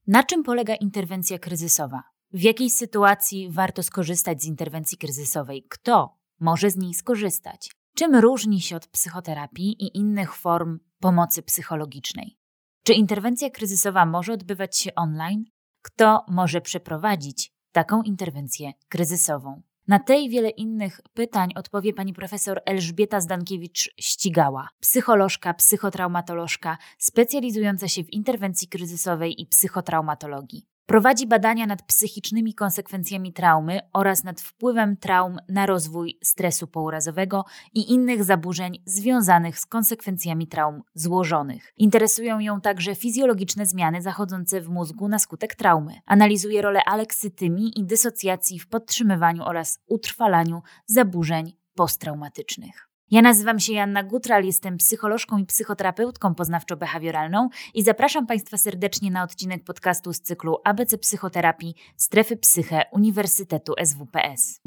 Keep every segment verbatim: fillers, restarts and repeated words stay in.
Na czym polega interwencja kryzysowa? W jakiej sytuacji warto skorzystać z interwencji kryzysowej? Kto może z niej skorzystać? Czym różni się od psychoterapii i innych form pomocy psychologicznej? Czy interwencja kryzysowa może odbywać się online? Kto może przeprowadzić taką interwencję kryzysową? Na te i wiele innych pytań odpowie pani profesor Elżbieta Zdankiewicz-Ścigała, psycholożka, psychotraumatolożka, specjalizująca się w interwencji kryzysowej i psychotraumatologii. Prowadzi badania nad psychicznymi konsekwencjami traumy oraz nad wpływem traum na rozwój stresu pourazowego i innych zaburzeń związanych z konsekwencjami traum złożonych. Interesują ją także fizjologiczne zmiany zachodzące w mózgu na skutek traumy. Analizuje rolę aleksytymii i dysocjacji w podtrzymywaniu oraz utrwalaniu zaburzeń posttraumatycznych. Ja nazywam się Joanna Gutral, jestem psycholożką i psychoterapeutką poznawczo-behawioralną i zapraszam Państwa serdecznie na odcinek podcastu z cyklu A B C Psychoterapii Strefy Psyche Uniwersytetu S W P S.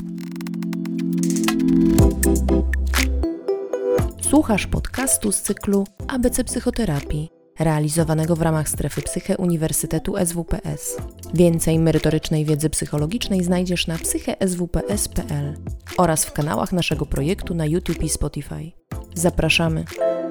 Słuchasz podcastu z cyklu A B C Psychoterapii, realizowanego w ramach Strefy Psyche Uniwersytetu S W P S. Więcej merytorycznej wiedzy psychologicznej znajdziesz na psyche s w p s kropka p l oraz w kanałach naszego projektu na YouTube i Spotify. Zapraszamy!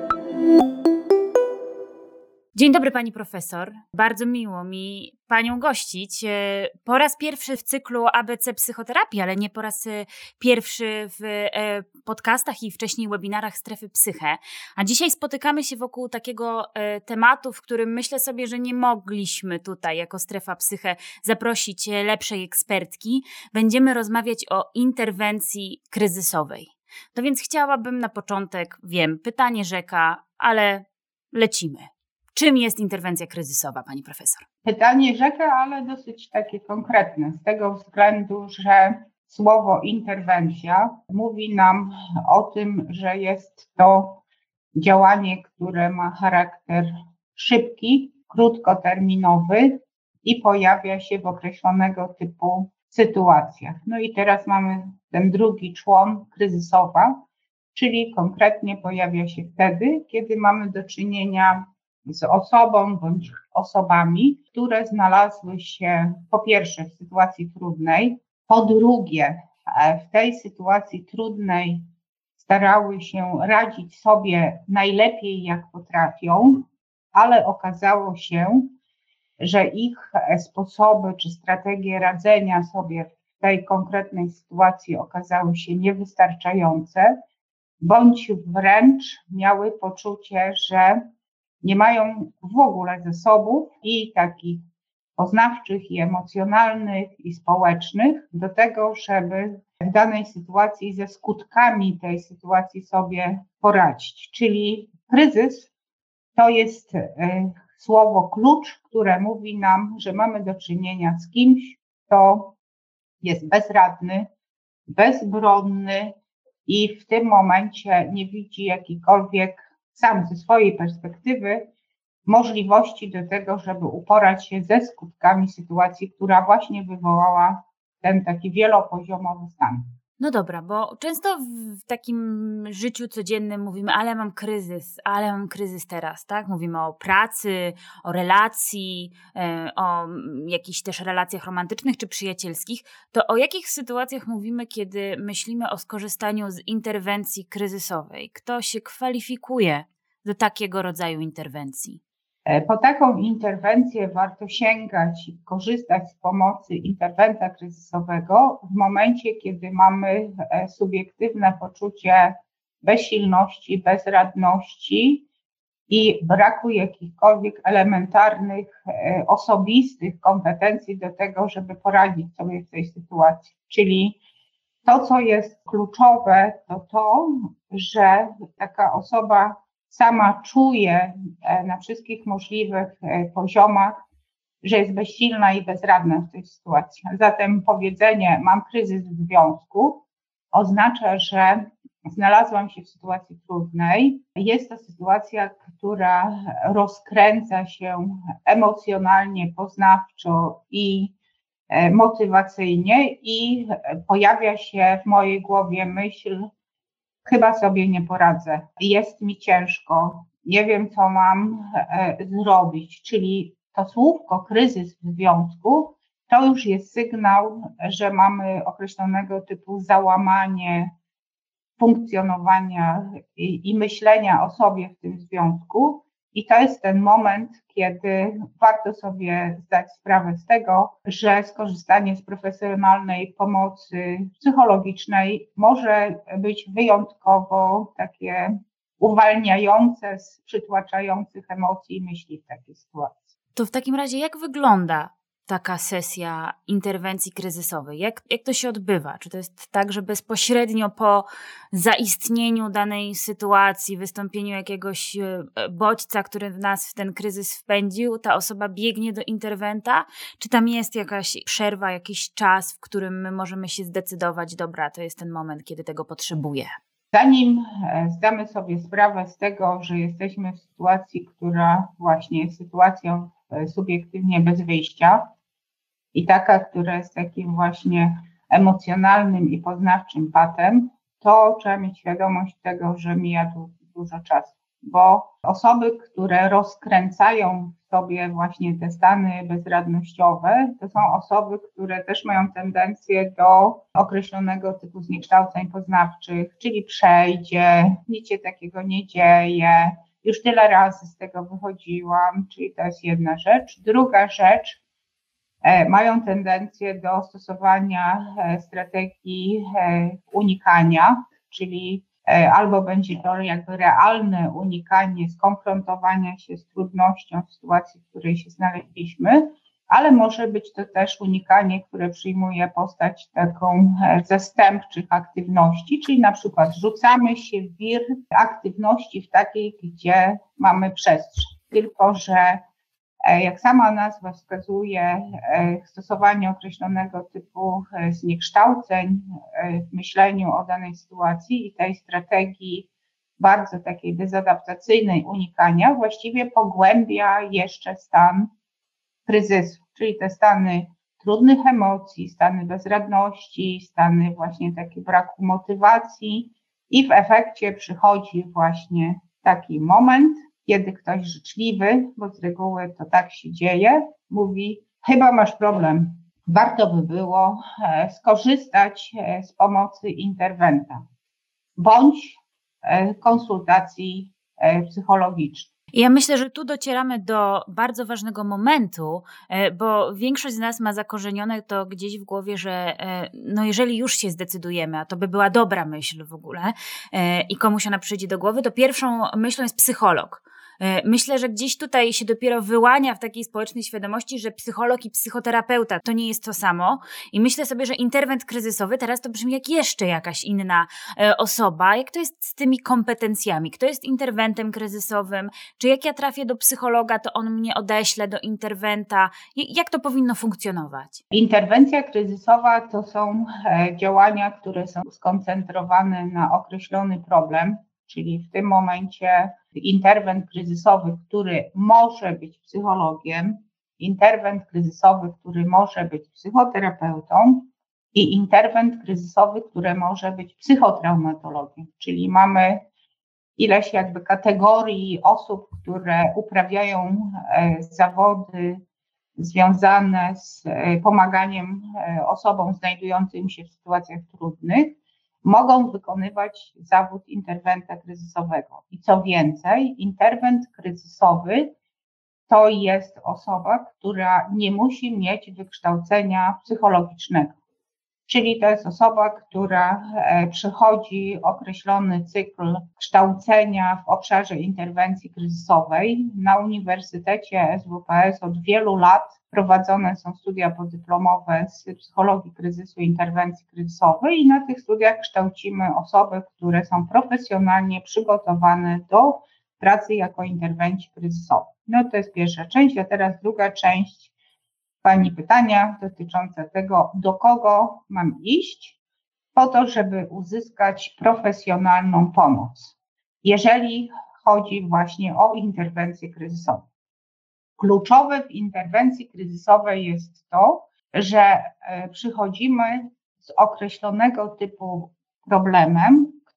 Dzień dobry pani profesor. Bardzo miło mi panią gościć. Po raz pierwszy w cyklu A B C Psychoterapii, ale nie po raz pierwszy w podcastach i wcześniej webinarach Strefy Psyche. A dzisiaj spotykamy się wokół takiego tematu, w którym myślę sobie, że nie mogliśmy tutaj jako Strefa Psyche zaprosić lepszej ekspertki. Będziemy rozmawiać o interwencji kryzysowej. No więc chciałabym na początek, wiem, pytanie rzeka, ale lecimy. Czym jest interwencja kryzysowa, pani profesor? Pytanie rzeka, ale dosyć takie konkretne, z tego względu, że słowo interwencja mówi nam o tym, że jest to działanie, które ma charakter szybki, krótkoterminowy i pojawia się w określonego typu sytuacjach. No i teraz mamy ten drugi człon, kryzysowa, czyli konkretnie pojawia się wtedy, kiedy mamy do czynienia z osobą bądź osobami, które znalazły się po pierwsze w sytuacji trudnej, po drugie w tej sytuacji trudnej starały się radzić sobie najlepiej jak potrafią, ale okazało się, że ich sposoby czy strategie radzenia sobie w tej konkretnej sytuacji okazały się niewystarczające, bądź wręcz miały poczucie, że nie mają w ogóle zasobów i takich poznawczych, i emocjonalnych, i społecznych do tego, żeby w danej sytuacji ze skutkami tej sytuacji sobie poradzić. Czyli kryzys to jest y, słowo klucz, które mówi nam, że mamy do czynienia z kimś, kto jest bezradny, bezbronny i w tym momencie nie widzi jakikolwiek sam ze swojej perspektywy możliwości do tego, żeby uporać się ze skutkami sytuacji, która właśnie wywołała ten taki wielopoziomowy stan. No dobra, bo często w takim życiu codziennym mówimy, ale mam kryzys, ale mam kryzys teraz, tak? Mówimy o pracy, o relacji, o jakichś też relacjach romantycznych czy przyjacielskich. To o jakich sytuacjach mówimy, kiedy myślimy o skorzystaniu z interwencji kryzysowej? Kto się kwalifikuje do takiego rodzaju interwencji? Po taką interwencję warto sięgać i korzystać z pomocy interwenta kryzysowego w momencie, kiedy mamy subiektywne poczucie bezsilności, bezradności i braku jakichkolwiek elementarnych, osobistych kompetencji do tego, żeby poradzić sobie w tej sytuacji. Czyli to, co jest kluczowe, to to, że taka osoba sama czuje na wszystkich możliwych poziomach, że jest bezsilna i bezradna w tej sytuacji. Zatem powiedzenie mam kryzys w związku oznacza, że znalazłam się w sytuacji trudnej. Jest to sytuacja, która rozkręca się emocjonalnie, poznawczo i motywacyjnie i pojawia się w mojej głowie myśl, chyba sobie nie poradzę, jest mi ciężko, nie wiem co mam e, zrobić, czyli to słówko kryzys w związku to już jest sygnał, że mamy określonego typu załamanie funkcjonowania i, i myślenia o sobie w tym związku. I to jest ten moment, kiedy warto sobie zdać sprawę z tego, że skorzystanie z profesjonalnej pomocy psychologicznej może być wyjątkowo takie uwalniające z przytłaczających emocji i myśli w takiej sytuacji. To w takim razie jak wygląda taka sesja interwencji kryzysowej? Jak, jak to się odbywa? Czy to jest tak, że bezpośrednio po zaistnieniu danej sytuacji, wystąpieniu jakiegoś bodźca, który w nas w ten kryzys wpędził, ta osoba biegnie do interwenta? Czy tam jest jakaś przerwa, jakiś czas, w którym my możemy się zdecydować, dobra, to jest ten moment, kiedy tego potrzebuję? Zanim zdamy sobie sprawę z tego, że jesteśmy w sytuacji, która właśnie jest sytuacją subiektywnie bez wyjścia i taka, która jest takim właśnie emocjonalnym i poznawczym patem, to trzeba mieć świadomość tego, że mija tu dużo czasu, bo osoby, które rozkręcają w sobie właśnie te stany bezradnościowe, to są osoby, które też mają tendencję do określonego typu zniekształceń poznawczych, czyli przejdzie, nic się takiego nie dzieje, już tyle razy z tego wychodziłam, czyli to jest jedna rzecz. Druga rzecz, e, mają tendencję do stosowania e, strategii e, unikania, czyli e, albo będzie to jakby realne unikanie skonfrontowania się z trudnością w sytuacji, w której się znaleźliśmy, ale może być to też unikanie, które przyjmuje postać taką e, zastępczych aktywności, czyli na przykład rzucamy się w wir aktywności w takiej, gdzie mamy przestrzeń. Tylko że e, jak sama nazwa wskazuje, e, stosowanie określonego typu e, zniekształceń e, w myśleniu o danej sytuacji i tej strategii bardzo takiej dezadaptacyjnej unikania właściwie pogłębia jeszcze stan kryzysu, czyli te stany trudnych emocji, stany bezradności, stany właśnie takiego braku motywacji i w efekcie przychodzi właśnie taki moment, kiedy ktoś życzliwy, bo z reguły to tak się dzieje, mówi: chyba masz problem, warto by było skorzystać z pomocy interwenta bądź konsultacji psychologicznej. Ja myślę, że tu docieramy do bardzo ważnego momentu, bo większość z nas ma zakorzenione to gdzieś w głowie, że no jeżeli już się zdecydujemy, a to by była dobra myśl w ogóle i komuś ona przyjdzie do głowy, to pierwszą myślą jest psycholog. Myślę, że gdzieś tutaj się dopiero wyłania w takiej społecznej świadomości, że psycholog i psychoterapeuta to nie jest to samo i myślę sobie, że interwent kryzysowy teraz to brzmi jak jeszcze jakaś inna osoba. Jak to jest z tymi kompetencjami? Kto jest interwentem kryzysowym? Czy jak ja trafię do psychologa, to on mnie odeśle do interwenta? Jak to powinno funkcjonować? Interwencja kryzysowa to są działania, które są skoncentrowane na określony problem, czyli w tym momencie interwent kryzysowy, który może być psychologiem, interwent kryzysowy, który może być psychoterapeutą i interwent kryzysowy, który może być psychotraumatologiem, czyli mamy ileś jakby kategorii osób, które uprawiają zawody związane z pomaganiem osobom znajdującym się w sytuacjach trudnych, mogą wykonywać zawód interwenta kryzysowego. I co więcej, interwent kryzysowy to jest osoba, która nie musi mieć wykształcenia psychologicznego. Czyli to jest osoba, która przechodzi określony cykl kształcenia w obszarze interwencji kryzysowej. Na Uniwersytecie S W P S od wielu lat prowadzone są studia podyplomowe z psychologii kryzysu i interwencji kryzysowej i na tych studiach kształcimy osoby, które są profesjonalnie przygotowane do pracy jako interwencji kryzysowej. No to jest pierwsza część, a teraz druga część Pani pytania dotyczące tego, do kogo mam iść po to, żeby uzyskać profesjonalną pomoc, jeżeli chodzi właśnie o interwencję kryzysową. Kluczowe w interwencji kryzysowej jest to, że przychodzimy z określonego typu problemem,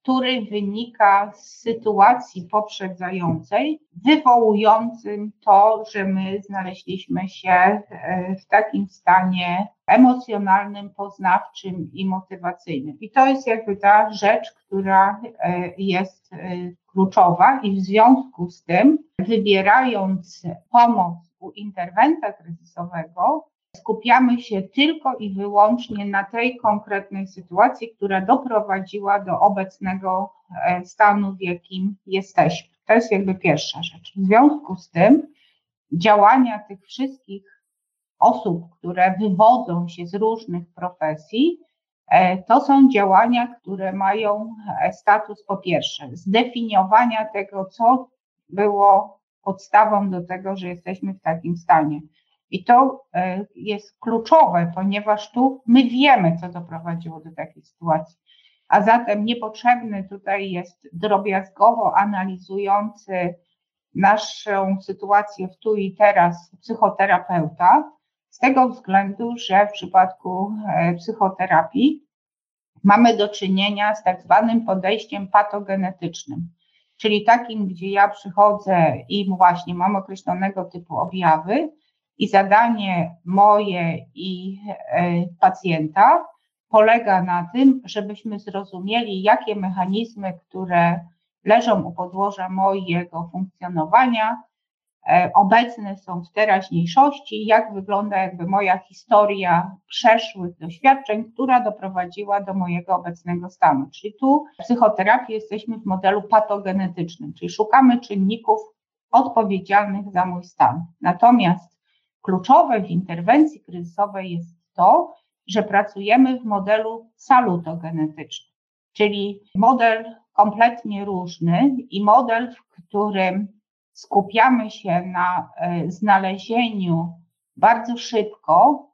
który wynika z sytuacji poprzedzającej, wywołującym to, że my znaleźliśmy się w takim stanie emocjonalnym, poznawczym i motywacyjnym. I to jest jakby ta rzecz, która jest kluczowa i w związku z tym, wybierając pomoc u interwenta kryzysowego, skupiamy się tylko i wyłącznie na tej konkretnej sytuacji, która doprowadziła do obecnego stanu, w jakim jesteśmy. To jest jakby pierwsza rzecz. W związku z tym działania tych wszystkich osób, które wywodzą się z różnych profesji, to są działania, które mają status po pierwsze zdefiniowania tego, co było podstawą do tego, że jesteśmy w takim stanie. I to jest kluczowe, ponieważ tu my wiemy, co doprowadziło do takiej sytuacji. A zatem niepotrzebny tutaj jest drobiazgowo analizujący naszą sytuację w tu i teraz psychoterapeuta, z tego względu, że w przypadku psychoterapii mamy do czynienia z tak zwanym podejściem patogenetycznym, czyli takim, gdzie ja przychodzę i właśnie mam określonego typu objawy i zadanie moje i pacjenta polega na tym, żebyśmy zrozumieli, jakie mechanizmy, które leżą u podłoża mojego funkcjonowania, obecne są w teraźniejszości, jak wygląda jakby moja historia przeszłych doświadczeń, która doprowadziła do mojego obecnego stanu. Czyli tu w psychoterapii jesteśmy w modelu patogenetycznym, czyli szukamy czynników odpowiedzialnych za mój stan. Natomiast kluczowe w interwencji kryzysowej jest to, że pracujemy w modelu salutogenetycznym, czyli model kompletnie różny i model, w którym skupiamy się na znalezieniu bardzo szybko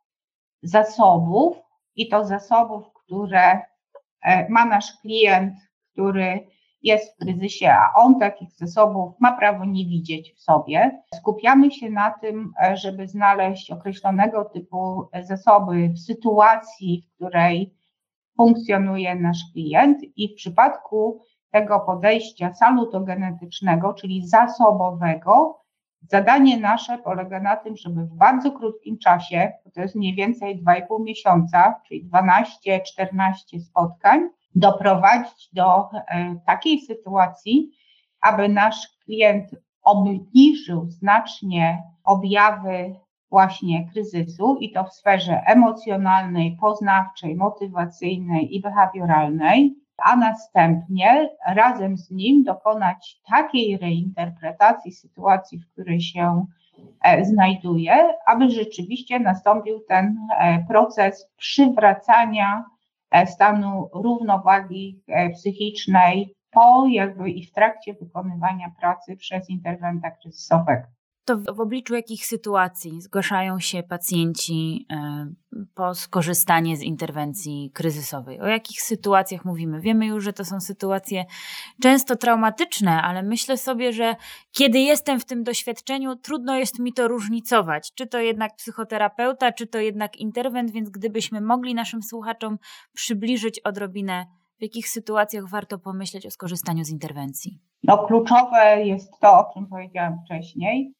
zasobów i to zasobów, które ma nasz klient, który jest w kryzysie, a on takich zasobów ma prawo nie widzieć w sobie. Skupiamy się na tym, żeby znaleźć określonego typu zasoby w sytuacji, w której funkcjonuje nasz klient i w przypadku tego podejścia salutogenetycznego, czyli zasobowego, zadanie nasze polega na tym, żeby w bardzo krótkim czasie, bo to jest mniej więcej dwa i pół miesiąca, czyli dwanaście czternaście spotkań, doprowadzić do e, takiej sytuacji, aby nasz klient obniżył znacznie objawy właśnie kryzysu i to w sferze emocjonalnej, poznawczej, motywacyjnej i behawioralnej, a następnie razem z nim dokonać takiej reinterpretacji sytuacji, w której się e, znajduje, aby rzeczywiście nastąpił ten e, proces przywracania e, stanu równowagi e, psychicznej po jakby i w trakcie wykonywania pracy przez interwenta kryzysowego. To w, w obliczu jakich sytuacji zgłaszają się pacjenci y, po skorzystanie z interwencji kryzysowej? O jakich sytuacjach mówimy? Wiemy już, że to są sytuacje często traumatyczne, ale myślę sobie, że kiedy jestem w tym doświadczeniu, trudno jest mi to różnicować. Czy to jednak psychoterapeuta, czy to jednak interwent, więc gdybyśmy mogli naszym słuchaczom przybliżyć odrobinę, w jakich sytuacjach warto pomyśleć o skorzystaniu z interwencji? No, kluczowe jest to, o czym powiedziałam wcześniej,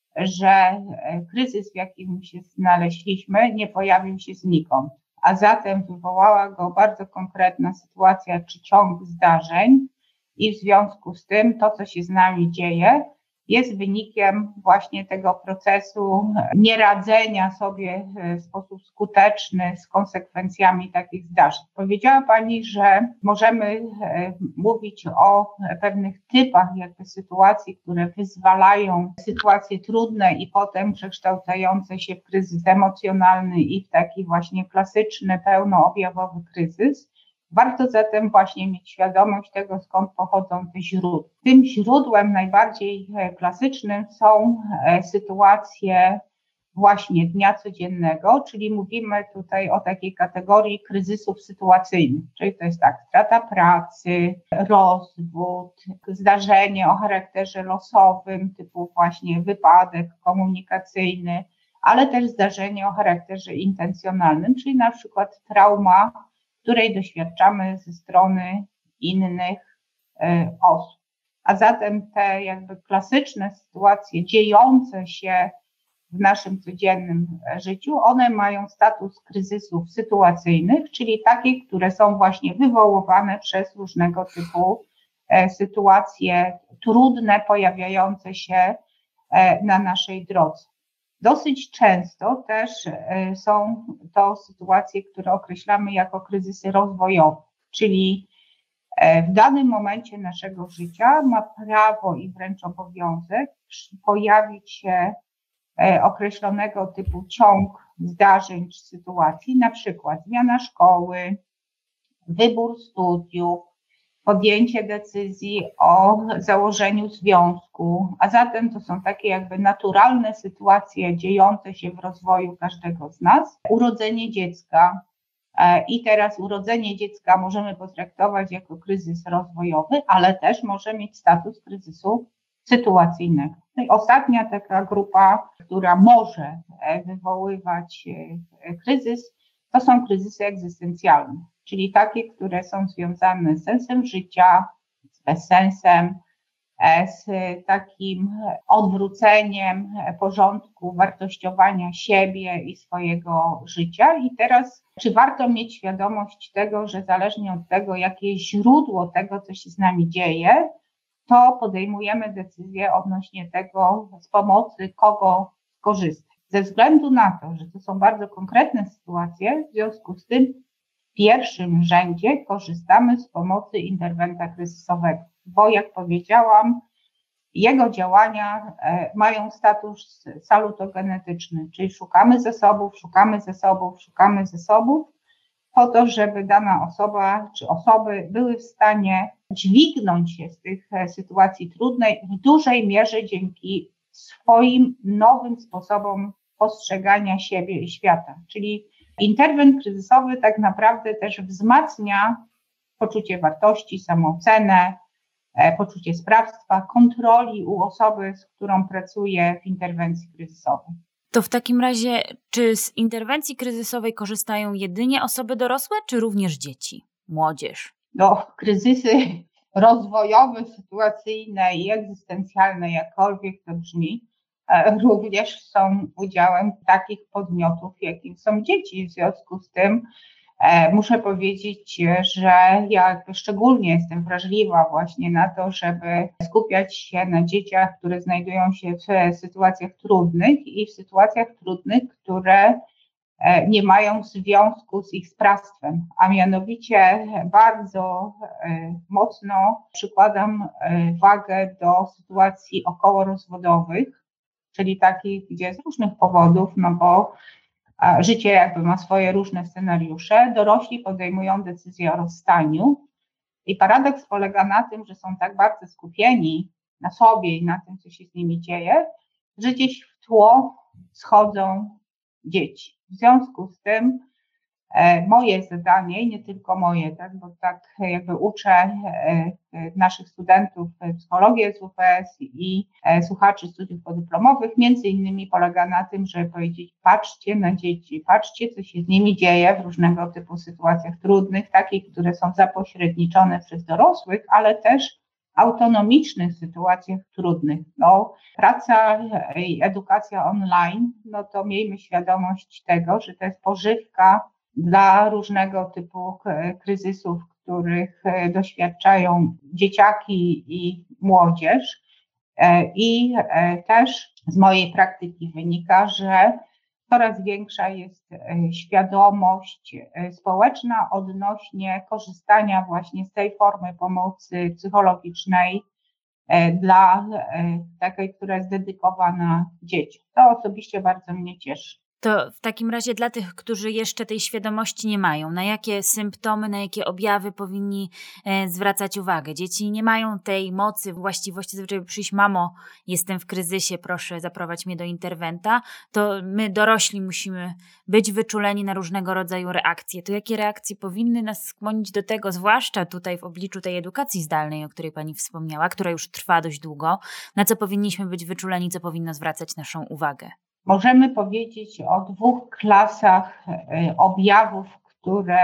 że kryzys, w jakim się znaleźliśmy, nie pojawił się znikąd, a zatem wywołała go bardzo konkretna sytuacja czy ciąg zdarzeń i w związku z tym to, co się z nami dzieje, jest wynikiem właśnie tego procesu nieradzenia sobie w sposób skuteczny z konsekwencjami takich zdarzeń. Powiedziała Pani, że możemy mówić o pewnych typach jakby sytuacji, które wyzwalają sytuacje trudne i potem przekształcające się w kryzys emocjonalny i w taki właśnie klasyczny, pełnoobjawowy kryzys. Warto zatem właśnie mieć świadomość tego, skąd pochodzą te źródła. Tym źródłem najbardziej klasycznym są sytuacje właśnie dnia codziennego, czyli mówimy tutaj o takiej kategorii kryzysów sytuacyjnych, czyli to jest tak, strata pracy, rozwód, zdarzenie o charakterze losowym, typu właśnie wypadek komunikacyjny, ale też zdarzenie o charakterze intencjonalnym, czyli na przykład trauma, której doświadczamy ze strony innych osób. A zatem te jakby klasyczne sytuacje dziejące się w naszym codziennym życiu, one mają status kryzysów sytuacyjnych, czyli takie, które są właśnie wywoływane przez różnego typu sytuacje trudne, pojawiające się na naszej drodze. Dosyć często też są to sytuacje, które określamy jako kryzysy rozwojowe, czyli w danym momencie naszego życia ma prawo i wręcz obowiązek pojawić się określonego typu ciąg zdarzeń czy sytuacji, na przykład zmiana szkoły, wybór studiów, podjęcie decyzji o założeniu związku, a zatem to są takie jakby naturalne sytuacje dziejące się w rozwoju każdego z nas. Urodzenie dziecka i teraz urodzenie dziecka możemy potraktować jako kryzys rozwojowy, ale też może mieć status kryzysu sytuacyjnego. No i ostatnia taka grupa, która może wywoływać kryzys, to są kryzysy egzystencjalne, czyli takie, które są związane z sensem życia, z bezsensem, z takim odwróceniem porządku wartościowania siebie i swojego życia. I teraz, czy warto mieć świadomość tego, że zależnie od tego, jakie jest źródło tego, co się z nami dzieje, to podejmujemy decyzję odnośnie tego, z pomocy kogo skorzystać. Ze względu na to, że to są bardzo konkretne sytuacje, w związku z tym w pierwszym rzędzie korzystamy z pomocy interwenta kryzysowego, bo jak powiedziałam, jego działania mają status salutogenetyczny, czyli szukamy zasobów, szukamy zasobów, szukamy zasobów po to, żeby dana osoba czy osoby były w stanie dźwignąć się z tych sytuacji trudnej w dużej mierze dzięki swoim nowym sposobom postrzegania siebie i świata. Czyli interwent kryzysowy tak naprawdę też wzmacnia poczucie wartości, samoocenę, poczucie sprawstwa, kontroli u osoby, z którą pracuje w interwencji kryzysowej. To w takim razie, czy z interwencji kryzysowej korzystają jedynie osoby dorosłe, czy również dzieci, młodzież? No, kryzysy rozwojowe, sytuacyjne i egzystencjalne, jakkolwiek to brzmi, również są udziałem takich podmiotów, jakim są dzieci. W związku z tym muszę powiedzieć, że ja szczególnie jestem wrażliwa właśnie na to, żeby skupiać się na dzieciach, które znajdują się w sytuacjach trudnych i w sytuacjach trudnych, które nie mają związku z ich sprawstwem, a mianowicie bardzo mocno przykładam wagę do sytuacji okołorozwodowych, czyli takich, gdzie z różnych powodów, no bo życie jakby ma swoje różne scenariusze, dorośli podejmują decyzję o rozstaniu i paradoks polega na tym, że są tak bardzo skupieni na sobie i na tym, co się z nimi dzieje, że gdzieś w tło schodzą dzieci. W związku z tym e, moje zadanie, i nie tylko moje, tak, bo tak jakby uczę e, naszych studentów psychologii S W P S i e, słuchaczy studiów podyplomowych, między innymi polega na tym, żeby powiedzieć, patrzcie na dzieci, patrzcie, co się z nimi dzieje w różnego typu sytuacjach trudnych, takich, które są zapośredniczone przez dorosłych, ale też autonomicznych sytuacjach trudnych. No, praca i edukacja online, no to miejmy świadomość tego, że to jest pożywka dla różnego typu kryzysów, których doświadczają dzieciaki i młodzież. I też z mojej praktyki wynika, że coraz większa jest świadomość społeczna odnośnie korzystania właśnie z tej formy pomocy psychologicznej dla takiej, która jest dedykowana dzieciom. To osobiście bardzo mnie cieszy. To w takim razie dla tych, którzy jeszcze tej świadomości nie mają, na jakie symptomy, na jakie objawy powinni e, zwracać uwagę? Dzieci nie mają tej mocy, właściwości, zwyczaj przyjść, mamo, jestem w kryzysie, proszę zaprowadź mnie do interwenta. To my dorośli musimy być wyczuleni na różnego rodzaju reakcje. To jakie reakcje powinny nas skłonić do tego, zwłaszcza tutaj w obliczu tej edukacji zdalnej, o której pani wspomniała, która już trwa dość długo, na co powinniśmy być wyczuleni, co powinno zwracać naszą uwagę? Możemy powiedzieć o dwóch klasach objawów, które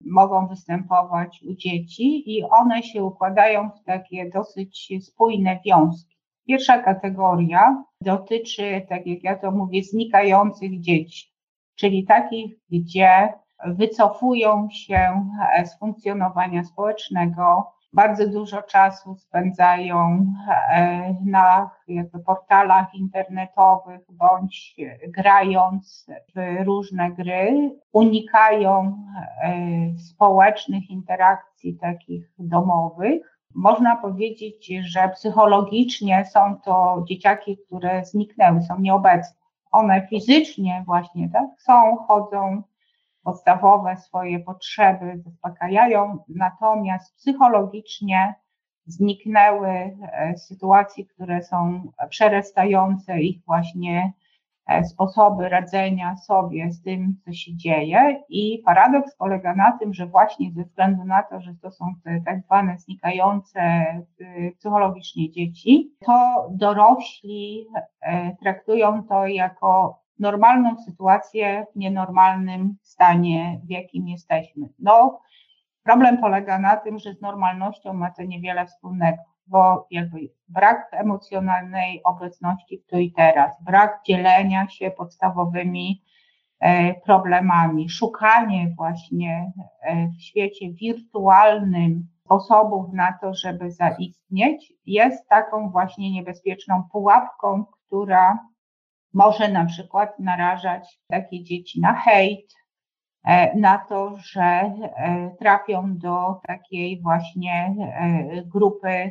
mogą występować u dzieci i one się układają w takie dosyć spójne wiązki. Pierwsza kategoria dotyczy, tak jak ja to mówię, znikających dzieci, czyli takich, gdzie wycofują się z funkcjonowania społecznego, bardzo dużo czasu spędzają na jakby portalach internetowych bądź grając w różne gry, unikają społecznych interakcji takich domowych. Można powiedzieć, że psychologicznie są to dzieciaki, które zniknęły, są nieobecne. One fizycznie właśnie tak są, chodzą, podstawowe swoje potrzeby zaspokajają, natomiast psychologicznie zniknęły sytuacje, które są przerastające ich właśnie sposoby radzenia sobie z tym, co się dzieje. I paradoks polega na tym, że właśnie ze względu na to, że to są te tak zwane znikające psychologicznie dzieci, to dorośli traktują to jako normalną sytuację w nienormalnym stanie, w jakim jesteśmy. No, problem polega na tym, że z normalnością ma to niewiele wspólnego, bo jakby brak emocjonalnej obecności w tu i teraz, brak dzielenia się podstawowymi problemami, szukanie właśnie w świecie wirtualnym sposobów na to, żeby zaistnieć, jest taką właśnie niebezpieczną pułapką, która może na przykład narażać takie dzieci na hejt, na to, że trafią do takiej właśnie grupy,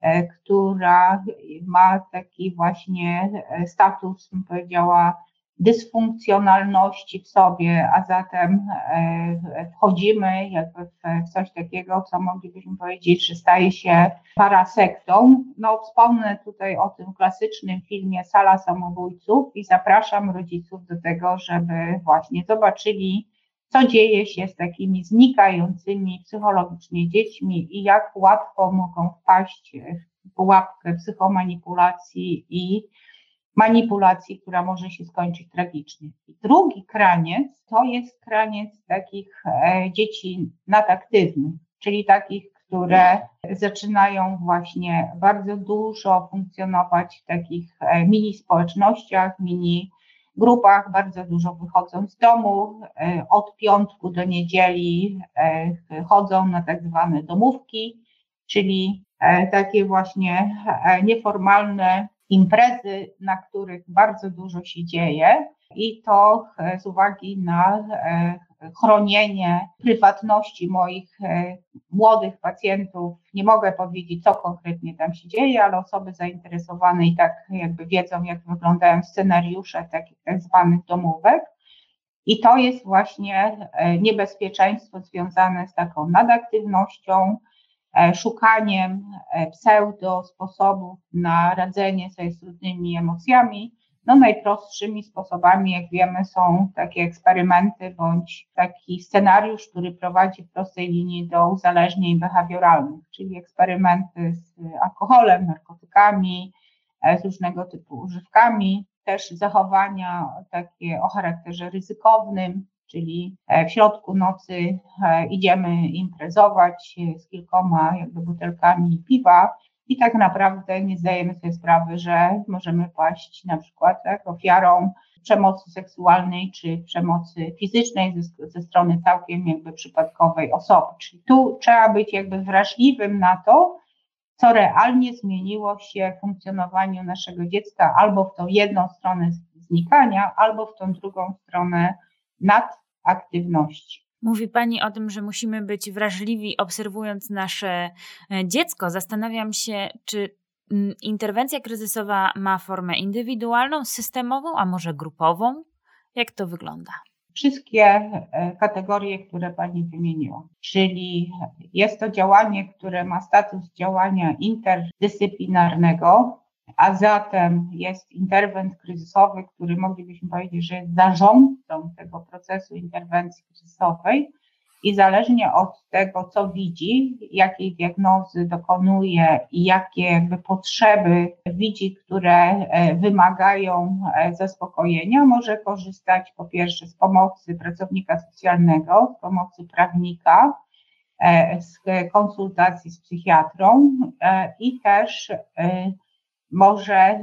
która ma taki właśnie status, bym powiedziała, dysfunkcjonalności w sobie, a zatem wchodzimy jakby w coś takiego, co moglibyśmy powiedzieć, że staje się parasektą. No, wspomnę tutaj o tym klasycznym filmie Sala Samobójców i zapraszam rodziców do tego, żeby właśnie zobaczyli, co dzieje się z takimi znikającymi psychologicznie dziećmi i jak łatwo mogą wpaść w pułapkę psychomanipulacji i manipulacji, która może się skończyć tragicznie. I drugi kraniec to jest kraniec takich e, dzieci nadaktywnych, czyli takich, które zaczynają właśnie bardzo dużo funkcjonować w takich e, mini społecznościach, mini grupach, bardzo dużo wychodzą z domu, e, od piątku do niedzieli e, chodzą na tak zwane domówki, czyli e, takie właśnie e, nieformalne imprezy, na których bardzo dużo się dzieje i to z uwagi na chronienie prywatności moich młodych pacjentów. Nie mogę powiedzieć, co konkretnie tam się dzieje, ale osoby zainteresowane i tak jakby wiedzą, jak wyglądają scenariusze takich tak zwanych domówek. I to jest właśnie niebezpieczeństwo związane z taką nadaktywnością, szukaniem pseudo sposobów na radzenie sobie z trudnymi emocjami. No najprostszymi sposobami, jak wiemy, są takie eksperymenty bądź taki scenariusz, który prowadzi w prostej linii do uzależnień behawioralnych, czyli eksperymenty z alkoholem, narkotykami, z różnego typu używkami, też zachowania takie o charakterze ryzykownym, czyli w środku nocy idziemy imprezować z kilkoma jakby butelkami piwa i tak naprawdę nie zdajemy sobie sprawy, że możemy paść na przykład tak, ofiarą przemocy seksualnej czy przemocy fizycznej ze, ze strony całkiem jakby przypadkowej osoby. Czyli tu trzeba być jakby wrażliwym na to, co realnie zmieniło się w funkcjonowaniu naszego dziecka albo w tą jedną stronę znikania, albo w tą drugą stronę nadaktywności. Mówi Pani o tym, że musimy być wrażliwi, obserwując nasze dziecko. Zastanawiam się, czy interwencja kryzysowa ma formę indywidualną, systemową, a może grupową? Jak to wygląda? Wszystkie kategorie, które Pani wymieniła, czyli jest to działanie, które ma status działania interdyscyplinarnego, a zatem jest interwent kryzysowy, który moglibyśmy powiedzieć, że jest zarządcą tego procesu interwencji kryzysowej, i zależnie od tego, co widzi, jakiej diagnozy dokonuje i jakie jakby potrzeby widzi, które wymagają zaspokojenia, może korzystać po pierwsze z pomocy pracownika socjalnego, z pomocy prawnika, z konsultacji z psychiatrą i też może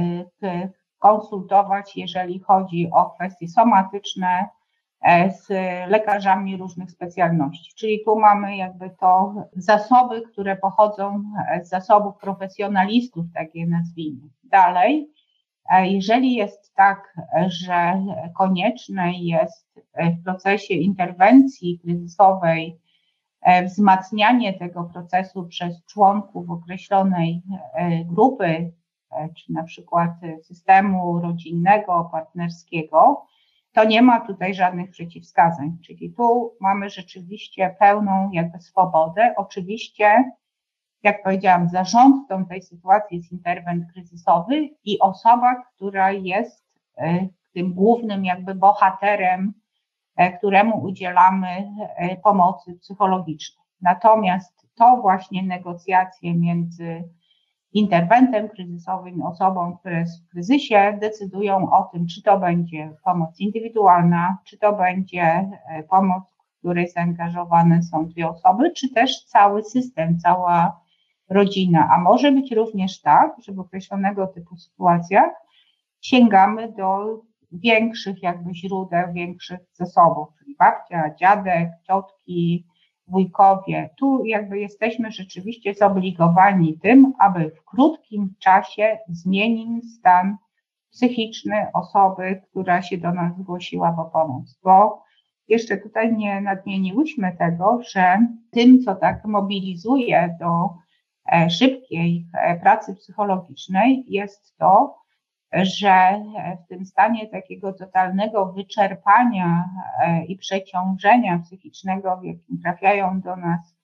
konsultować, jeżeli chodzi o kwestie somatyczne, z lekarzami różnych specjalności. Czyli tu mamy jakby to zasoby, które pochodzą z zasobów profesjonalistów, tak je nazwijmy. Dalej, jeżeli jest tak, że konieczne jest w procesie interwencji kryzysowej wzmacnianie tego procesu przez członków określonej grupy, czy na przykład systemu rodzinnego, partnerskiego, to nie ma tutaj żadnych przeciwwskazań. Czyli tu mamy rzeczywiście pełną jakby swobodę. Oczywiście, jak powiedziałam, zarządcą tej sytuacji jest interwent kryzysowy i osoba, która jest tym głównym jakby bohaterem, któremu udzielamy pomocy psychologicznej. Natomiast to właśnie negocjacje między interwentem kryzysowym i osobą, która jest w kryzysie, decydują o tym, czy to będzie pomoc indywidualna, czy to będzie pomoc, w której zaangażowane są dwie osoby, czy też cały system, cała rodzina. A może być również tak, że w określonego typu sytuacjach sięgamy do większych jakby źródeł, większych zasobów, czyli babcia, dziadek, ciotki, wujkowie. Tu jakby jesteśmy rzeczywiście zobligowani tym, aby w krótkim czasie zmienić stan psychiczny osoby, która się do nas zgłosiła po pomoc. Bo jeszcze tutaj nie nadmieniłyśmy tego, że tym, co tak mobilizuje do szybkiej pracy psychologicznej, jest to, że w tym stanie takiego totalnego wyczerpania i przeciążenia psychicznego, w jakim trafiają do nas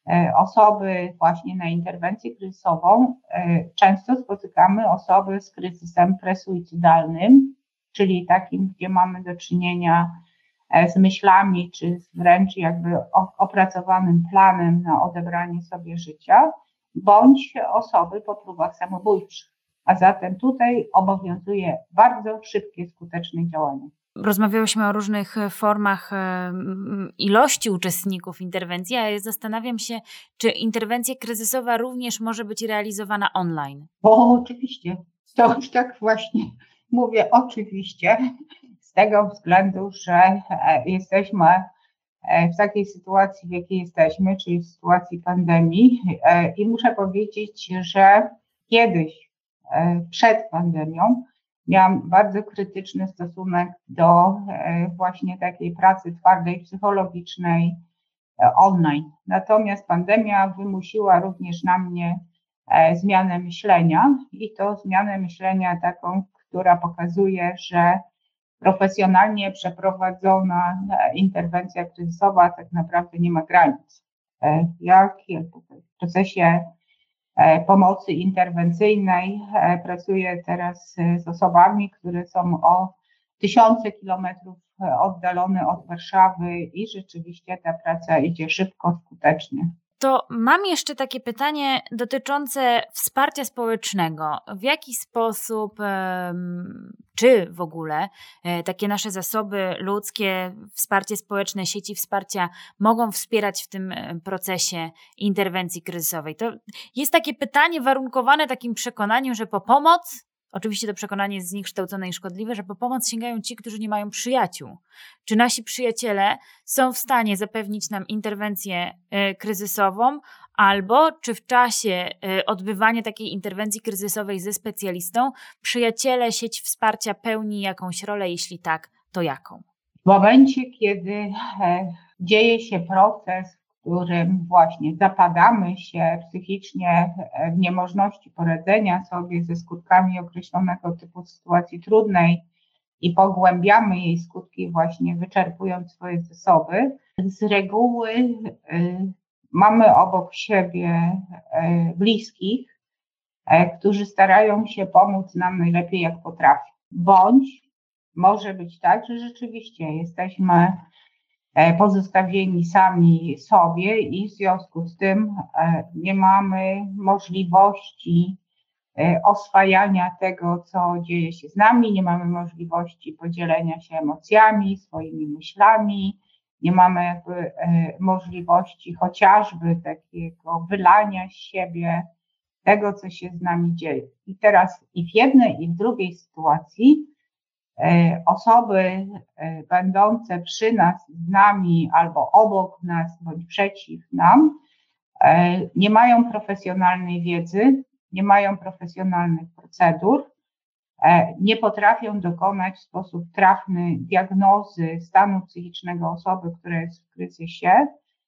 osoby właśnie na interwencję kryzysową, często spotykamy osoby z kryzysem presuicydalnym, czyli takim, gdzie mamy do czynienia z myślami, czy wręcz jakby opracowanym planem na odebranie sobie życia, bądź osoby po próbach samobójczych. A zatem tutaj obowiązuje bardzo szybkie, skuteczne działanie. Rozmawiałyśmy o różnych formach ilości uczestników interwencji, a ja zastanawiam się, czy interwencja kryzysowa również może być realizowana online? O, oczywiście. To już tak właśnie mówię oczywiście, z tego względu, że jesteśmy w takiej sytuacji, w jakiej jesteśmy, czyli w sytuacji pandemii i muszę powiedzieć, że kiedyś przed pandemią miałam bardzo krytyczny stosunek do właśnie takiej pracy twardej, psychologicznej online. Natomiast pandemia wymusiła również na mnie zmianę myślenia i to zmianę myślenia taką, która pokazuje, że profesjonalnie przeprowadzona interwencja kryzysowa tak naprawdę nie ma granic. Ja w procesie pomocy interwencyjnej pracuję teraz z osobami, które są o tysiące kilometrów oddalone od Warszawy i rzeczywiście ta praca idzie szybko, skutecznie. To mam jeszcze takie pytanie dotyczące wsparcia społecznego. W jaki sposób, czy w ogóle takie nasze zasoby ludzkie, wsparcie społeczne, sieci wsparcia mogą wspierać w tym procesie interwencji kryzysowej? To jest takie pytanie warunkowane takim przekonaniem, że po pomoc, oczywiście to przekonanie jest zniekształcone i szkodliwe, że po pomoc sięgają ci, którzy nie mają przyjaciół. Czy nasi przyjaciele są w stanie zapewnić nam interwencję y, kryzysową, albo czy w czasie y, odbywania takiej interwencji kryzysowej ze specjalistą przyjaciele, sieć wsparcia pełni jakąś rolę? Jeśli tak, to jaką? W momencie, kiedy e, dzieje się proces, w którym właśnie zapadamy się psychicznie w niemożności poradzenia sobie ze skutkami określonego typu sytuacji trudnej i pogłębiamy jej skutki właśnie wyczerpując swoje zasoby, z reguły y, mamy obok siebie y, bliskich, y, którzy starają się pomóc nam najlepiej jak potrafią. Bądź może być tak, że rzeczywiście jesteśmy pozostawieni sami sobie i w związku z tym nie mamy możliwości oswajania tego, co dzieje się z nami, nie mamy możliwości podzielenia się emocjami, swoimi myślami, nie mamy jakby możliwości chociażby takiego wylania z siebie tego, co się z nami dzieje. I teraz i w jednej, i w drugiej sytuacji osoby będące przy nas, z nami, albo obok nas, bądź przeciw nam, nie mają profesjonalnej wiedzy, nie mają profesjonalnych procedur, nie potrafią dokonać w sposób trafny diagnozy stanu psychicznego osoby, która jest w kryzysie.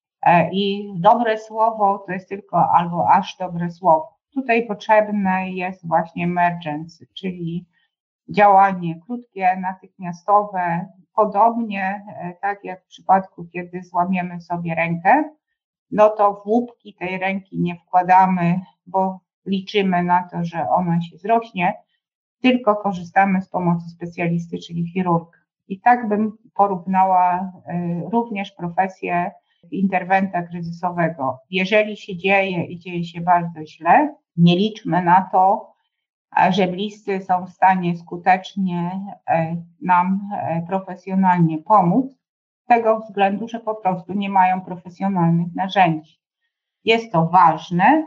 I dobre słowo to jest tylko albo aż dobre słowo. Tutaj potrzebne jest właśnie emergency, czyli działanie krótkie, natychmiastowe, podobnie tak jak w przypadku, kiedy złamiemy sobie rękę, no to w łupki tej ręki nie wkładamy, bo liczymy na to, że ona się zrośnie, tylko korzystamy z pomocy specjalisty, czyli chirurga. I tak bym porównała również profesję interwenta kryzysowego. Jeżeli się dzieje i dzieje się bardzo źle, nie liczmy na to, że bliscy są w stanie skutecznie nam profesjonalnie pomóc, z tego względu, że po prostu nie mają profesjonalnych narzędzi. Jest to ważne,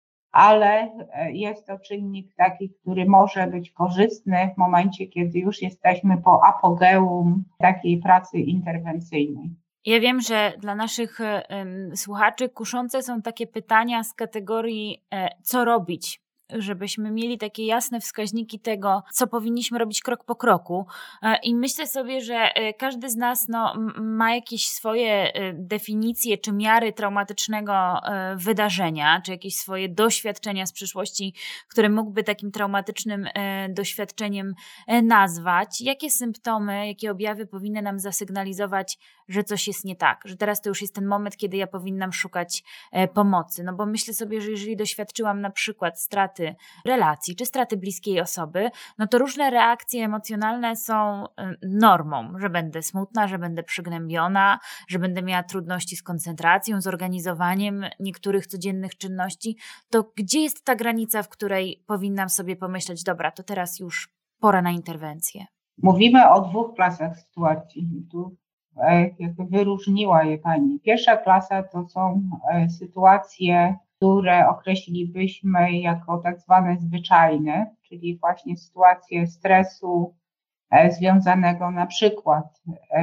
ale jest to czynnik taki, który może być korzystny w momencie, kiedy już jesteśmy po apogeum takiej pracy interwencyjnej. Ja wiem, że dla naszych um, słuchaczy kuszące są takie pytania z kategorii e, co robić, żebyśmy mieli takie jasne wskaźniki tego, co powinniśmy robić krok po kroku. I myślę sobie, że każdy z nas no, ma jakieś swoje definicje czy miary traumatycznego wydarzenia, czy jakieś swoje doświadczenia z przyszłości, które mógłby takim traumatycznym doświadczeniem nazwać. Jakie symptomy, jakie objawy powinny nam zasygnalizować, że coś jest nie tak, że teraz to już jest ten moment, kiedy ja powinnam szukać pomocy. No bo myślę sobie, że jeżeli doświadczyłam na przykład straty relacji czy straty bliskiej osoby, no to różne reakcje emocjonalne są normą, że będę smutna, że będę przygnębiona, że będę miała trudności z koncentracją, z organizowaniem niektórych codziennych czynności. To gdzie jest ta granica, w której powinnam sobie pomyśleć, dobra, to teraz już pora na interwencję? Mówimy o dwóch klasach sytuacji. Tu jakby wyróżniła je Pani. Pierwsza klasa to są sytuacje, które określilibyśmy jako tak zwane zwyczajne, czyli właśnie sytuacje stresu związanego na przykład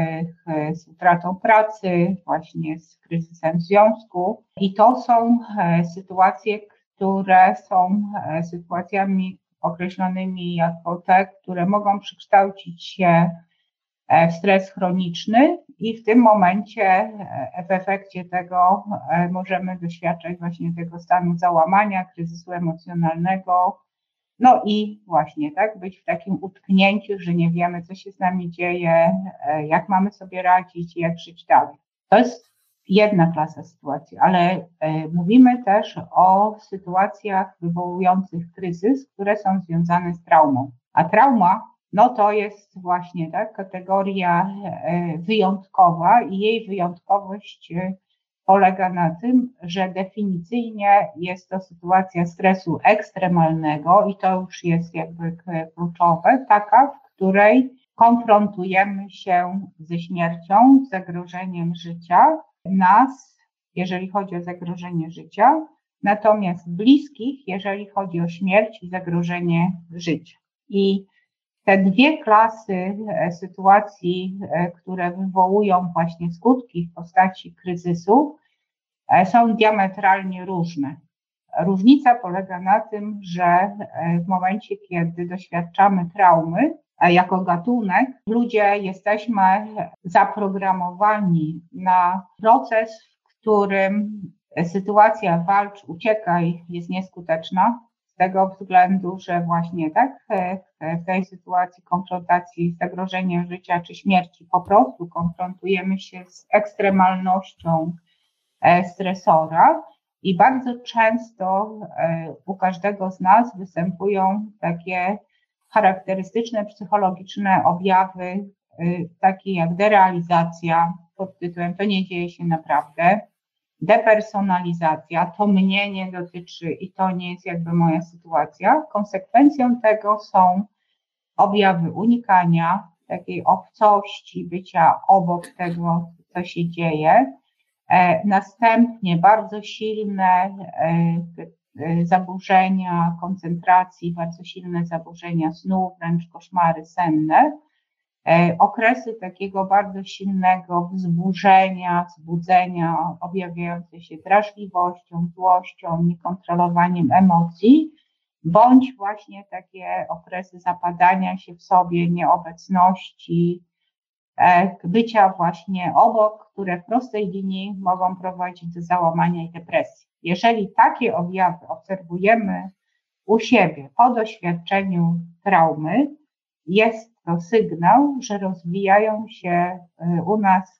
z utratą pracy, właśnie z kryzysem związku. I to są sytuacje, które są sytuacjami określonymi jako te, które mogą przekształcić się w stres chroniczny i w tym momencie w efekcie tego możemy doświadczać właśnie tego stanu załamania, kryzysu emocjonalnego, no i właśnie tak być w takim utknięciu, że nie wiemy, co się z nami dzieje, jak mamy sobie radzić i jak żyć dalej. To jest jedna klasa sytuacji, ale mówimy też o sytuacjach wywołujących kryzys, które są związane z traumą. A trauma no to jest właśnie tak, kategoria wyjątkowa i jej wyjątkowość polega na tym, że definicyjnie jest to sytuacja stresu ekstremalnego i to już jest jakby kluczowe, taka, w której konfrontujemy się ze śmiercią, z zagrożeniem życia nas, jeżeli chodzi o zagrożenie życia, natomiast bliskich, jeżeli chodzi o śmierć i zagrożenie życia. I te dwie klasy sytuacji, które wywołują właśnie skutki w postaci kryzysu, są diametralnie różne. Różnica polega na tym, że w momencie, kiedy doświadczamy traumy, jako gatunek, ludzie jesteśmy zaprogramowani na proces, w którym sytuacja walcz, uciekaj jest nieskuteczna. Z tego względu, że właśnie tak w tej sytuacji konfrontacji z zagrożeniem życia czy śmierci po prostu konfrontujemy się z ekstremalnością stresora i bardzo często u każdego z nas występują takie charakterystyczne psychologiczne objawy, takie jak derealizacja, pod tytułem to nie dzieje się naprawdę, depersonalizacja, to mnie nie dotyczy i to nie jest jakby moja sytuacja. Konsekwencją tego są objawy unikania, takiej obcości, bycia obok tego, co się dzieje. E, następnie bardzo silne e, e, zaburzenia koncentracji, bardzo silne zaburzenia snu, wręcz koszmary senne. E, okresy takiego bardzo silnego wzburzenia, wzbudzenia, objawiające się drażliwością, złością, niekontrolowaniem emocji, bądź właśnie takie okresy zapadania się w sobie, nieobecności, e, bycia właśnie obok, które w prostej linii mogą prowadzić do załamania i depresji. Jeżeli takie objawy obserwujemy u siebie po doświadczeniu traumy, jest to sygnał, że rozwijają się u nas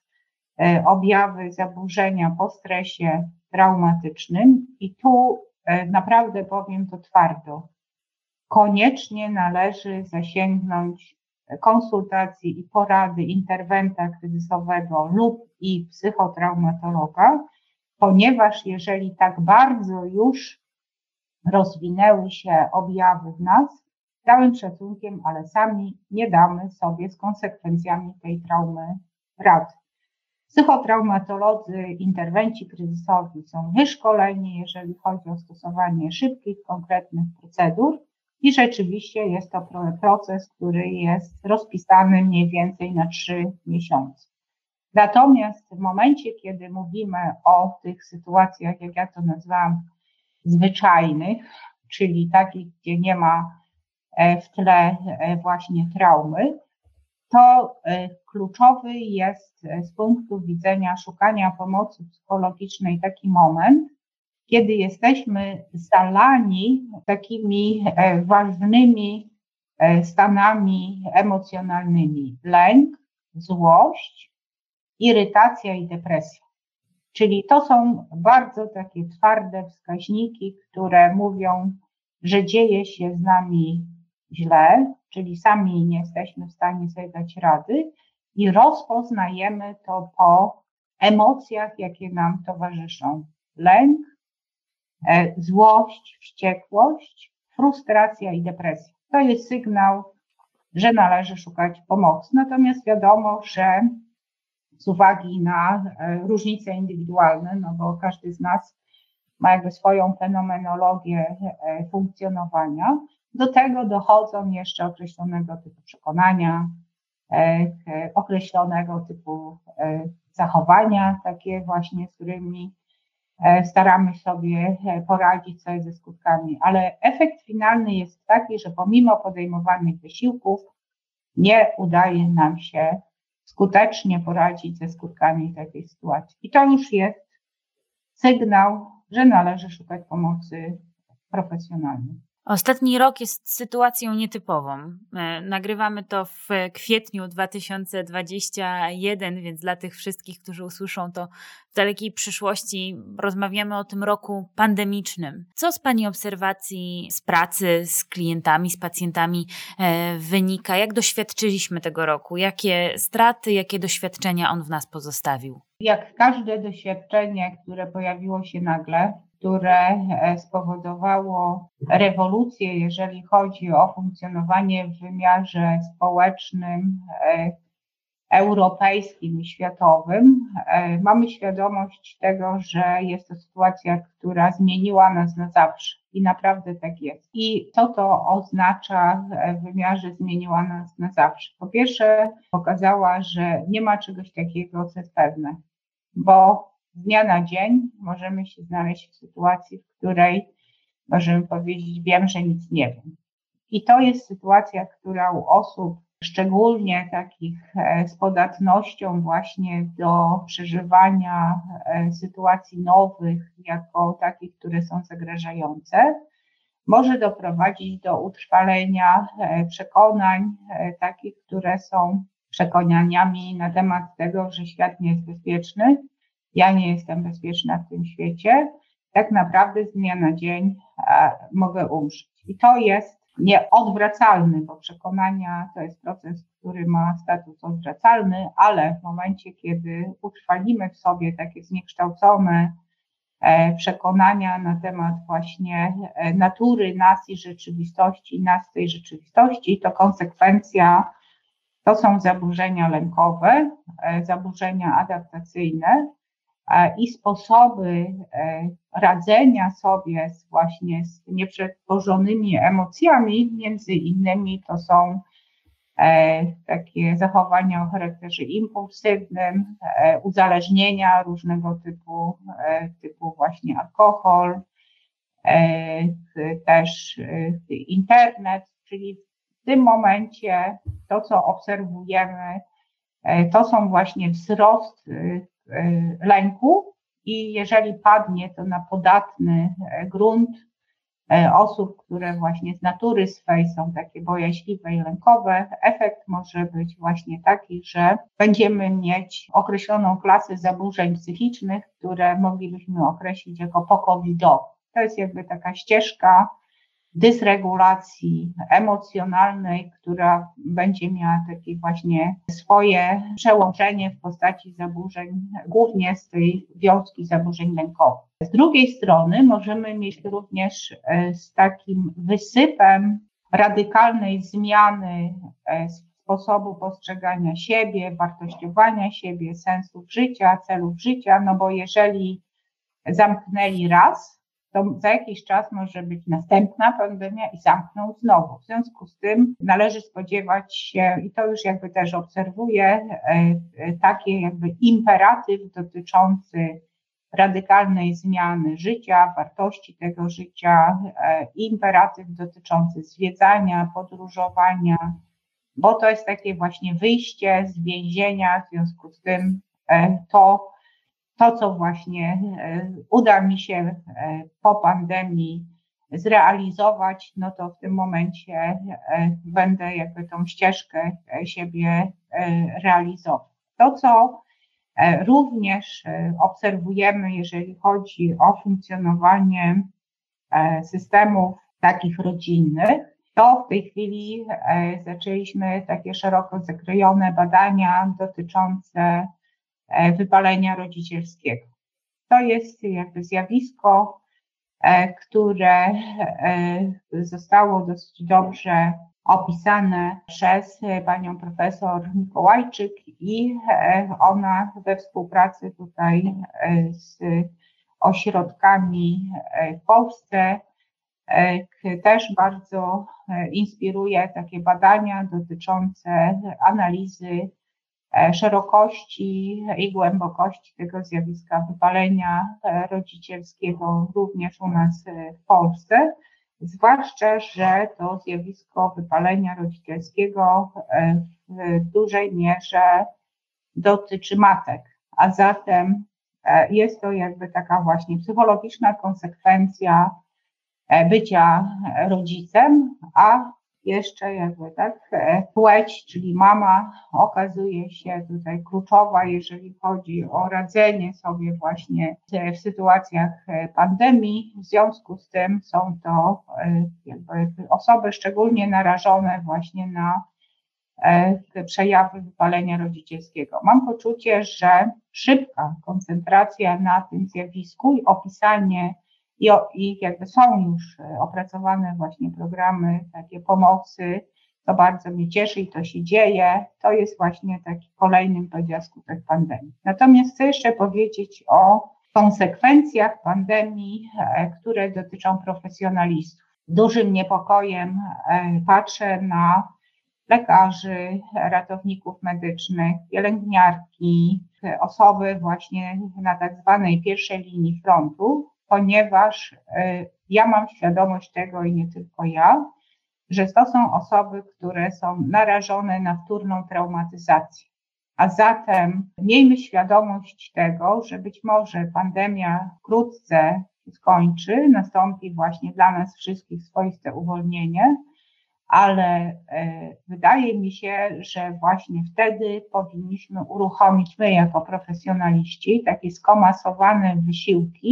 objawy zaburzenia po stresie traumatycznym i tu naprawdę powiem to twardo. Koniecznie należy zasięgnąć konsultacji i porady interwenta kryzysowego lub i psychotraumatologa, ponieważ jeżeli tak bardzo już rozwinęły się objawy w nas, z całym szacunkiem, ale sami nie damy sobie z konsekwencjami tej traumy rady. Psychotraumatolodzy, interwenci kryzysowi są wyszkoleni, jeżeli chodzi o stosowanie szybkich, konkretnych procedur i rzeczywiście jest to proces, który jest rozpisany mniej więcej na trzy miesiące. Natomiast w momencie, kiedy mówimy o tych sytuacjach, jak ja to nazwałam, zwyczajnych, czyli takich, gdzie nie ma w tle właśnie traumy, to kluczowy jest z punktu widzenia szukania pomocy psychologicznej taki moment, kiedy jesteśmy zalani takimi ważnymi stanami emocjonalnymi: lęk, złość, irytacja i depresja. Czyli to są bardzo takie twarde wskaźniki, które mówią, że dzieje się z nami źle, czyli sami nie jesteśmy w stanie sobie dać rady i rozpoznajemy to po emocjach, jakie nam towarzyszą. Lęk, złość, wściekłość, frustracja i depresja. To jest sygnał, że należy szukać pomocy. Natomiast wiadomo, że z uwagi na różnice indywidualne, no bo każdy z nas ma jakby swoją fenomenologię funkcjonowania, do tego dochodzą jeszcze określonego typu przekonania, określonego typu zachowania, takie właśnie, z którymi staramy sobie poradzić sobie ze skutkami. Ale efekt finalny jest taki, że pomimo podejmowanych wysiłków nie udaje nam się skutecznie poradzić ze skutkami takiej sytuacji. I to już jest sygnał, że należy szukać pomocy profesjonalnej. Ostatni rok jest sytuacją nietypową. Nagrywamy to w kwietniu dwa tysiące dwudziestym pierwszym, więc dla tych wszystkich, którzy usłyszą to w dalekiej przyszłości, rozmawiamy o tym roku pandemicznym. Co z Pani obserwacji z pracy, z klientami, z pacjentami wynika? Jak doświadczyliśmy tego roku? Jakie straty, jakie doświadczenia on w nas pozostawił? Jak każde doświadczenie, które pojawiło się nagle, które spowodowało rewolucję, jeżeli chodzi o funkcjonowanie w wymiarze społecznym, europejskim i światowym, mamy świadomość tego, że jest to sytuacja, która zmieniła nas na zawsze i naprawdę tak jest. I co to oznacza w wymiarze zmieniła nas na zawsze? Po pierwsze, pokazała, że nie ma czegoś takiego, co jest pewne, bo z dnia na dzień możemy się znaleźć w sytuacji, w której możemy powiedzieć, wiem, że nic nie wiem. I to jest sytuacja, która u osób, szczególnie takich z podatnością właśnie do przeżywania sytuacji nowych, jako takich, które są zagrażające, może doprowadzić do utrwalenia przekonań takich, które są przekonaniami na temat tego, że świat nie jest bezpieczny, ja nie jestem bezpieczna w tym świecie, tak naprawdę z dnia na dzień mogę umrzeć. I to jest nieodwracalny, bo przekonania to jest proces, który ma status odwracalny, ale w momencie, kiedy utrwalimy w sobie takie zniekształcone przekonania na temat właśnie natury nas i rzeczywistości, nas tej rzeczywistości, to konsekwencja to są zaburzenia lękowe, zaburzenia adaptacyjne i sposoby radzenia sobie z właśnie z nieprzetworzonymi emocjami, między innymi to są takie zachowania o charakterze impulsywnym, uzależnienia różnego typu, typu właśnie alkohol, też internet, czyli w tym momencie to, co obserwujemy, to są właśnie wzrost lęku i jeżeli padnie to na podatny grunt osób, które właśnie z natury swej są takie bojaźliwe i lękowe, efekt może być właśnie taki, że będziemy mieć określoną klasę zaburzeń psychicznych, które moglibyśmy określić jako pokowidowe. To jest jakby taka ścieżka dysregulacji emocjonalnej, która będzie miała takie właśnie swoje przełożenie w postaci zaburzeń, głównie z tej wiązki zaburzeń lękowych. Z drugiej strony możemy mieć również z takim wysypem radykalnej zmiany sposobu postrzegania siebie, wartościowania siebie, sensów życia, celów życia, no bo jeżeli zamknęli raz, to za jakiś czas może być następna pandemia i zamkną znowu. W związku z tym należy spodziewać się, i to już jakby też obserwuję, takie jakby imperatyw dotyczący radykalnej zmiany życia, wartości tego życia, imperatyw dotyczący zwiedzania, podróżowania, bo to jest takie właśnie wyjście z więzienia, w związku z tym to, to co właśnie uda mi się po pandemii zrealizować, no to w tym momencie będę jakby tą ścieżkę siebie realizował. To, co również obserwujemy, jeżeli chodzi o funkcjonowanie systemów takich rodzinnych, to w tej chwili zaczęliśmy takie szeroko zakrojone badania dotyczące wypalenia rodzicielskiego. To jest jakby zjawisko, które zostało dosyć dobrze opisane przez panią profesor Mikołajczyk i ona we współpracy tutaj z ośrodkami w Polsce też bardzo inspiruje takie badania dotyczące analizy szerokości i głębokości tego zjawiska wypalenia rodzicielskiego również u nas w Polsce. Zwłaszcza, że to zjawisko wypalenia rodzicielskiego w dużej mierze dotyczy matek, a zatem jest to jakby taka właśnie psychologiczna konsekwencja bycia rodzicem, a jeszcze jakby tak płeć, czyli mama okazuje się tutaj kluczowa, jeżeli chodzi o radzenie sobie właśnie w sytuacjach pandemii. W związku z tym są to jakby osoby szczególnie narażone właśnie na te przejawy wypalenia rodzicielskiego. Mam poczucie, że szybka koncentracja na tym zjawisku i opisanie I, I jakby są już opracowane właśnie programy takie pomocy, to bardzo mnie cieszy i to się dzieje. To jest właśnie taki kolejny, powiedziała, skutek pandemii. Natomiast chcę jeszcze powiedzieć o konsekwencjach pandemii, które dotyczą profesjonalistów. Dużym niepokojem patrzę na lekarzy, ratowników medycznych, pielęgniarki, osoby właśnie na tak zwanej pierwszej linii frontu, ponieważ ja mam świadomość tego i nie tylko ja, że to są osoby, które są narażone na wtórną traumatyzację. A zatem miejmy świadomość tego, że być może pandemia wkrótce się skończy, nastąpi właśnie dla nas wszystkich swoiste uwolnienie, ale wydaje mi się, że właśnie wtedy powinniśmy uruchomić my jako profesjonaliści takie skomasowane wysiłki,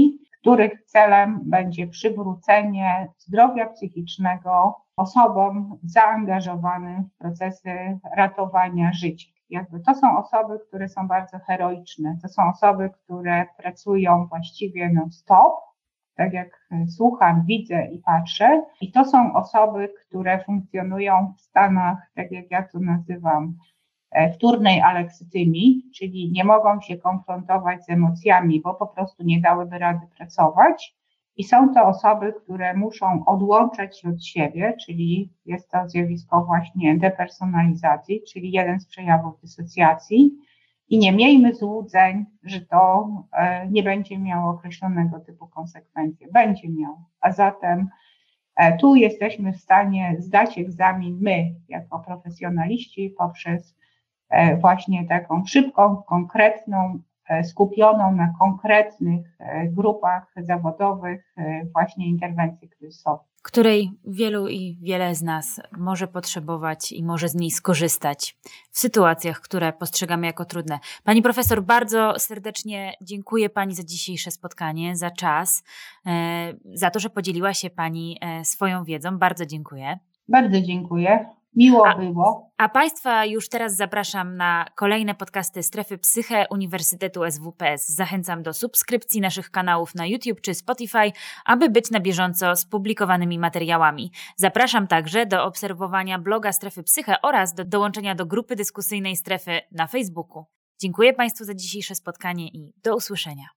których celem będzie przywrócenie zdrowia psychicznego osobom zaangażowanym w procesy ratowania życia. Jakby to są osoby, które są bardzo heroiczne, to są osoby, które pracują właściwie non-stop, tak jak słucham, widzę i patrzę. I to są osoby, które funkcjonują w stanach, tak jak ja to nazywam, wtórnej aleksytymii, czyli nie mogą się konfrontować z emocjami, bo po prostu nie dałyby rady pracować. I są to osoby, które muszą odłączać się od siebie, czyli jest to zjawisko właśnie depersonalizacji, czyli jeden z przejawów dysocjacji. I nie miejmy złudzeń, że to nie będzie miało określonego typu konsekwencje. Będzie miało. A zatem tu jesteśmy w stanie zdać egzamin my, jako profesjonaliści, poprzez właśnie taką szybką, konkretną, skupioną na konkretnych grupach zawodowych właśnie interwencję kryzysową, której wielu i wiele z nas może potrzebować i może z niej skorzystać w sytuacjach, które postrzegamy jako trudne. Pani profesor, bardzo serdecznie dziękuję Pani za dzisiejsze spotkanie, za czas, za to, że podzieliła się Pani swoją wiedzą. Bardzo dziękuję. Bardzo dziękuję. Miło a, było. A Państwa już teraz zapraszam na kolejne podcasty Strefy Psyche Uniwersytetu S W P S. Zachęcam do subskrypcji naszych kanałów na YouTube czy Spotify, aby być na bieżąco z publikowanymi materiałami. Zapraszam także do obserwowania bloga Strefy Psyche oraz do dołączenia do grupy dyskusyjnej Strefy na Facebooku. Dziękuję Państwu za dzisiejsze spotkanie i do usłyszenia.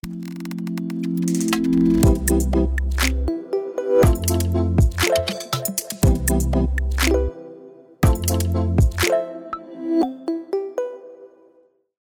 Thank you.